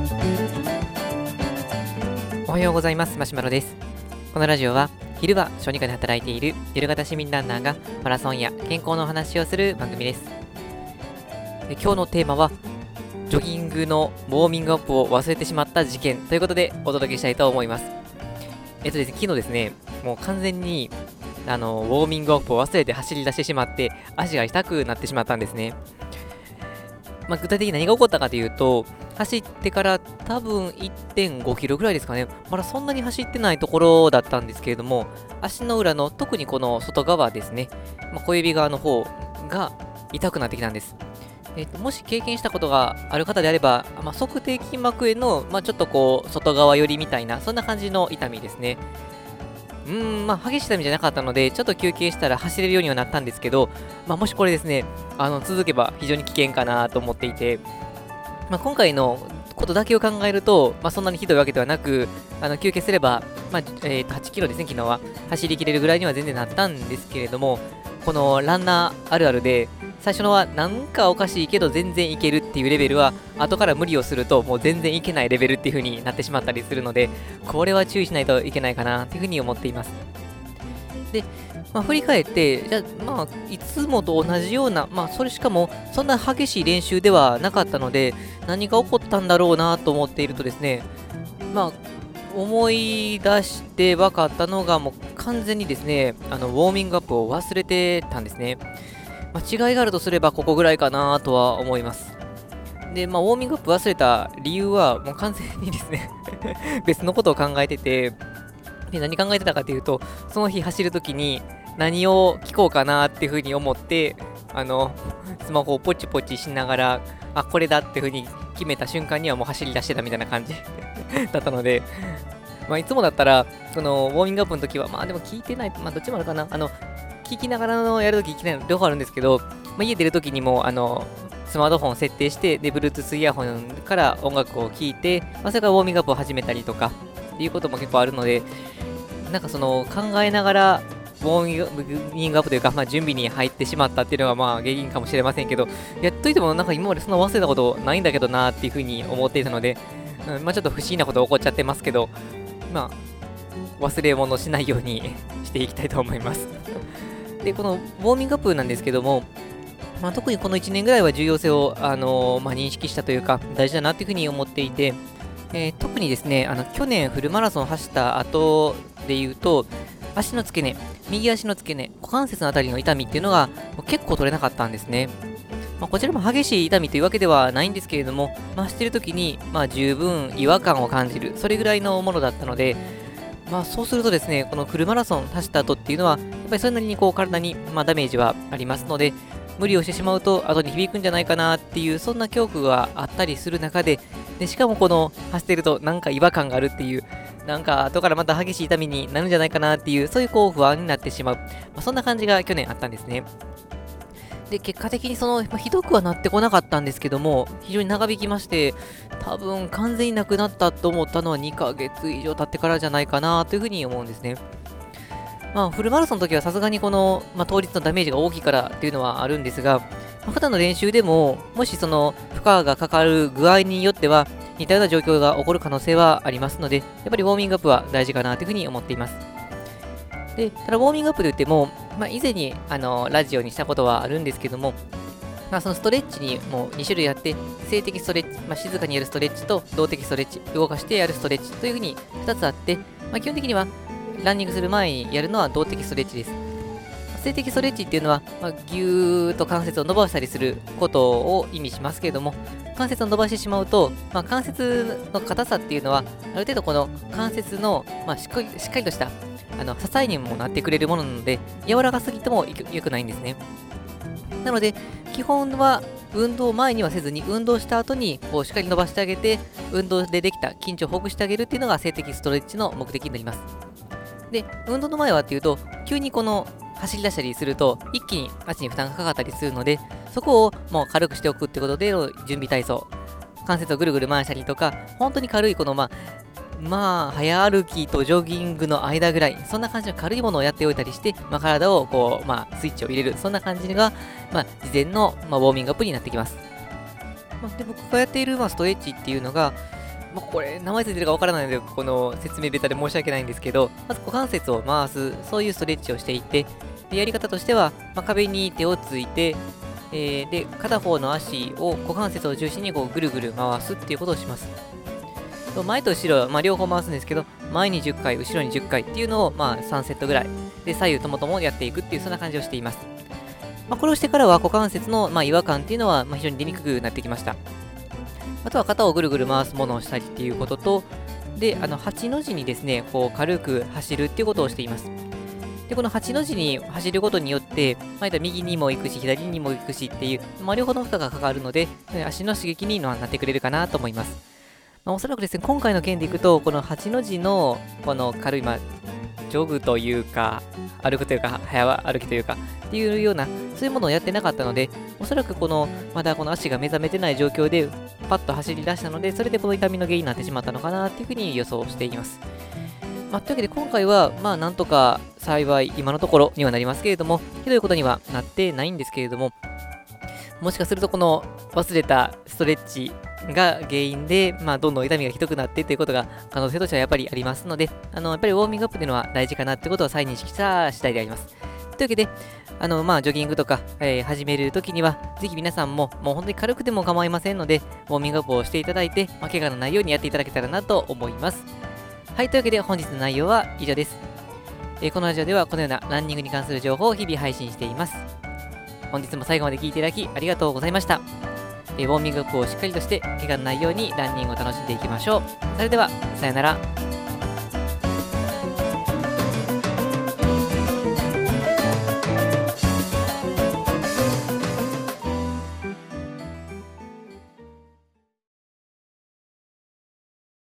おはようございます。マシュマロです。このラジオは昼は小児科で働いている夜型市民ランナーがマラソンや健康のお話をする番組です。今日のテーマはジョギングのウォーミングアップを忘れてしまった事件ということでお届けしたいと思います。ですね、昨日ですね、もう完全にウォーミングアップを忘れて走り出してしまって足が痛くなってしまったんですね。具体的に何が起こったかというと、走ってから多分1.5 キロぐらいですかね。まだそんなに走ってないところだったんですけれども、足の裏の特にこの外側ですね、小指側の方が痛くなってきたんです。もし経験したことがある方であれば、測底筋膜炎の、ちょっとこう外側寄りみたいな、そんな感じの痛みですね。激しい痛みじゃなかったので、ちょっと休憩したら走れるようにはなったんですけど、もしこれですね、続けば非常に危険かなと思っていて、今回のことだけを考えると、そんなにひどいわけではなく、休憩すれば、8キロですね、昨日は走りきれるぐらいには全然なったんですけれども、このランナーあるあるで、最初のはなんかおかしいけど全然いけるっていうレベルは、後から無理をするともう全然いけないレベルっていう風になってしまったりするので、これは注意しないといけないかなっていう風に思っています。で、振り返って、じゃあ、いつもと同じような、それしかも、そんな激しい練習ではなかったので、何が起こったんだろうなと思っているとですね、思い出して分かったのが、もう完全にですね、ウォーミングアップを忘れてたんですね。違いがあるとすれば、ここぐらいかなとは思います。で、ウォーミングアップ忘れた理由は、もう完全にですね別のことを考えてて、で何考えてたかというと、その日走るときに何を聞こうかなっていうふうに思って、スマホをポチポチしながら、これだっていうふうに決めた瞬間にはもう走り出してたみたいな感じだったので、いつもだったら、そのウォーミングアップの時は、でも聞いてない、どっちもあるかな、聞きながらのやるとき聞きながら両方あるんですけど、家出るときにも、スマートフォンを設定して、で、Bluetooth イヤホンから音楽を聴いて、それからウォーミングアップを始めたりとか、っていうことも結構あるので、なんかその考えながら、ウォーミングアップというか、準備に入ってしまったっていうのが原因かもしれませんけど、やっといてもなんか今までそんな忘れたことないんだけどなっていうふうに思っていたので、ちょっと不思議なこと起こっちゃってますけど、忘れ物しないようにしていきたいと思います。で、このウォーミングアップなんですけども、特にこの1年ぐらいは重要性を、認識したというか、大事だなというふうに思っていて、特にですね、去年フルマラソンを走った後で言うと、足の付け根、右足の付け根、股関節のあたりの痛みっていうのが結構取れなかったんですね。こちらも激しい痛みというわけではないんですけれども、走っている時に、十分違和感を感じる、それぐらいのものだったので、そうするとですね、このフルマラソン走った後っていうのは、やっぱりそれなりにこう体に、ダメージはありますので、無理をしてしまうと後に響くんじゃないかなっていう、そんな恐怖があったりする中で、しかもこの走ってるとなんか違和感があるっていう、なんか後からまた激しい痛みになるんじゃないかなっていう、そういうこう不安になってしまう、そんな感じが去年あったんですね。で、結果的にその、ひどくはなってこなかったんですけども、非常に長引きまして、多分完全になくなったと思ったのは2ヶ月以上経ってからじゃないかなというふうに思うんですね。フルマラソンの時はさすがにこの、当日のダメージが大きいからっていうのはあるんですが、普段の練習でも、もしその負荷がかかる具合によっては、似たような状況が起こる可能性はありますので、やっぱりウォーミングアップは大事かなというふうに思っています。で、ただウォーミングアップといっても、以前にラジオにしたことはあるんですけども、そのストレッチにも2種類あって、静的ストレッチ、静かにやるストレッチと動的ストレッチ、動かしてやるストレッチというふうに2つあって、基本的にはランニングする前にやるのは動的ストレッチです。静的ストレッチっていうのは、ぎゅーっと関節を伸ばしたりすることを意味しますけれども、関節を伸ばしてしまうと、関節の硬さっていうのは、ある程度この関節の、しっかりとした支えにもなってくれるものなので、柔らかすぎても良くないんですね。なので、基本は運動前にはせずに、運動した後にこうしっかり伸ばしてあげて、運動でできた筋長をほぐしてあげるっていうのが静的ストレッチの目的になります。で、運動の前はっていうと、急にこの走り出したりすると、一気に足に負担がかかったりするので、そこをもう軽くしておくってことでの準備体操、関節をぐるぐる回したりとか、本当に軽いこの早歩きとジョギングの間ぐらい、そんな感じの軽いものをやっておいたりして、体をこう、スイッチを入れる、そんな感じが、事前の、ウォーミングアップになってきます。で、僕がやっている、ストレッチっていうのが、 これ、名前ついてるかわからないので、この説明ベタで申し訳ないんですけど、まず股関節を回す、そういうストレッチをしていて、でやり方としては、壁に手をついて、で、片方の足を股関節を中心にこうぐるぐる回すっていうことをします。前と後ろ、両方回すんですけど、前に10回、後ろに10回っていうのを、3セットぐらい、で、左右ともともやっていくっていう、そんな感じをしています。これをしてからは股関節の、違和感っていうのは、非常に出にくくなってきました。あとは肩をぐるぐる回すものをしたりっていうことと、で、8の字にですね、こう軽く走るっていうことをしています。で、この8の字に走ることによって、右にも行くし、左にも行くしっていう、両方の負荷がかかるので、足の刺激になってくれるかなと思います。おそらくですね、今回の件でいくと、この8の字の、この軽い、ジョグというか、歩くというか、早歩きというか、っていうような、そういうものをやってなかったので、おそらくまだこの足が目覚めてない状況で、パッと走り出したので、それでこの痛みの原因になってしまったのかな、っていうふうに予想しています。というわけで今回は、なんとか幸い今のところにはなりますけれども、ひどいことにはなってないんですけれども、もしかするとこの忘れたストレッチが原因で、どんどん痛みがひどくなってということが可能性としてはやっぱりありますので、やっぱりウォーミングアップというのは大事かなということを再認識した次第であります。というわけで、ジョギングとか、始めるときには、ぜひ皆さんも、もう本当に軽くても構いませんので、ウォーミングアップをしていただいて、怪我のないようにやっていただけたらなと思います。はい、というわけで本日の内容は以上です。このラジオではこのようなランニングに関する情報を日々配信しています。本日も最後まで聞いていただきありがとうございました。ウォーミングアップをしっかりとして怪我のないようにランニングを楽しんでいきましょう。それでは、さよなら。